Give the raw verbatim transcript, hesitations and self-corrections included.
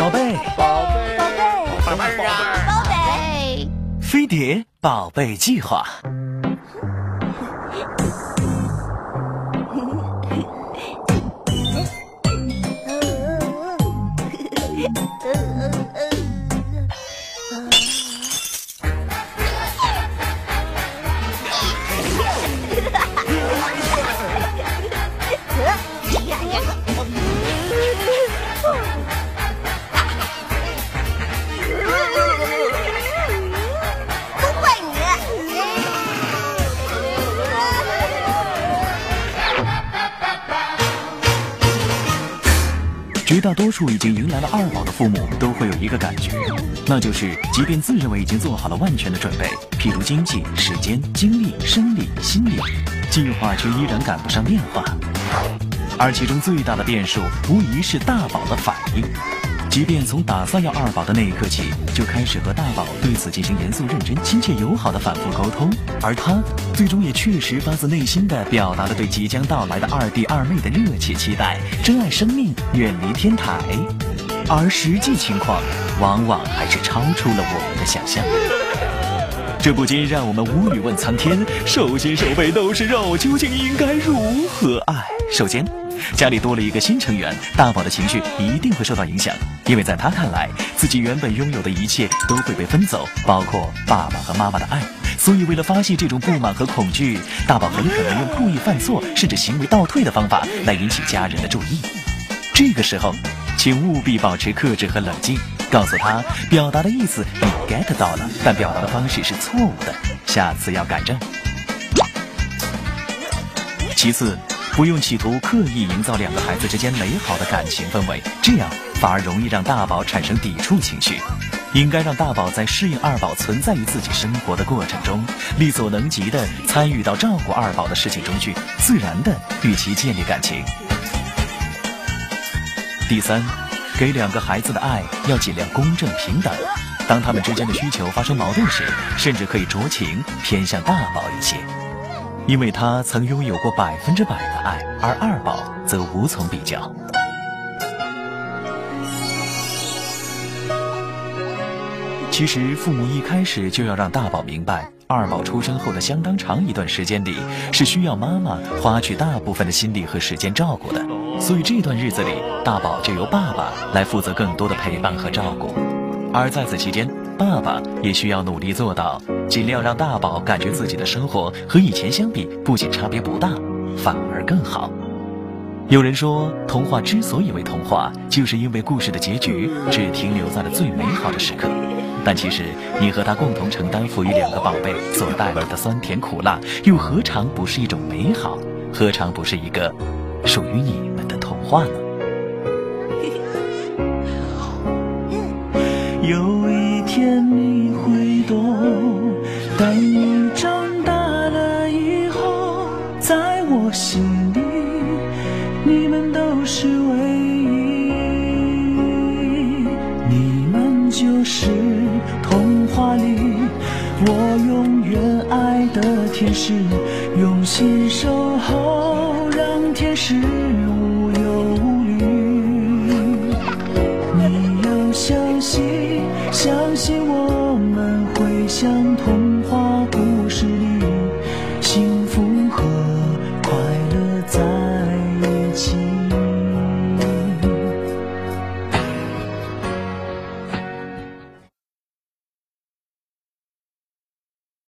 宝贝， 宝贝， 宝贝， 宝贝啊， 宝贝， 飞碟宝贝计划。绝大多数已经迎来了二宝的父母都会有一个感觉，那就是即便自认为已经做好了万全的准备，譬如经济、时间、精力、生理、心理，计划却依然赶不上变化。而其中最大的变数无疑是大宝的反应。即便从打算要二宝的那一刻起，就开始和大宝对此进行严肃认真、亲切友好的反复沟通，而他最终也确实发自内心地表达了对即将到来的二弟二妹的热切期待，珍爱生命，远离天台。而实际情况往往还是超出了我们的想象，这不禁让我们无语问苍天：手心手背都是肉，究竟应该如何爱？首先，家里多了一个新成员，大宝的情绪一定会受到影响，因为在他看来，自己原本拥有的一切都会被分走，包括爸爸和妈妈的爱。所以为了发泄这种不满和恐惧，大宝很可能用故意犯错甚至行为倒退的方法来引起家人的注意。这个时候，请务必保持克制和冷静，告诉他表达的意思你 get 到了，但表达的方式是错误的，下次要改正。其次，不用企图刻意营造两个孩子之间美好的感情氛围，这样反而容易让大宝产生抵触情绪。应该让大宝在适应二宝存在于自己生活的过程中，力所能及的参与到照顾二宝的事情中去，自然的与其建立感情。第三，给两个孩子的爱要尽量公正平等，当他们之间的需求发生矛盾时，甚至可以酌情偏向大宝一些，因为他曾拥有过百分之百的爱，而二宝则无从比较。其实父母一开始就要让大宝明白，二宝出生后的相当长一段时间里是需要妈妈花去大部分的心力和时间照顾的，所以这段日子里大宝就由爸爸来负责更多的陪伴和照顾。而在此期间，爸爸也需要努力做到尽量让大宝感觉自己的生活和以前相比不仅差别不大，反而更好。有人说，童话之所以为童话，就是因为故事的结局只停留在了最美好的时刻。但其实你和他共同承担抚育两个宝贝所带来的酸甜苦辣，又何尝不是一种美好？何尝不是一个属于你们的童话呢？有一天你会懂，当你长大了以后，在我心里你们都是唯一，你们就是童话里我永远爱的天使，用心守候，让天使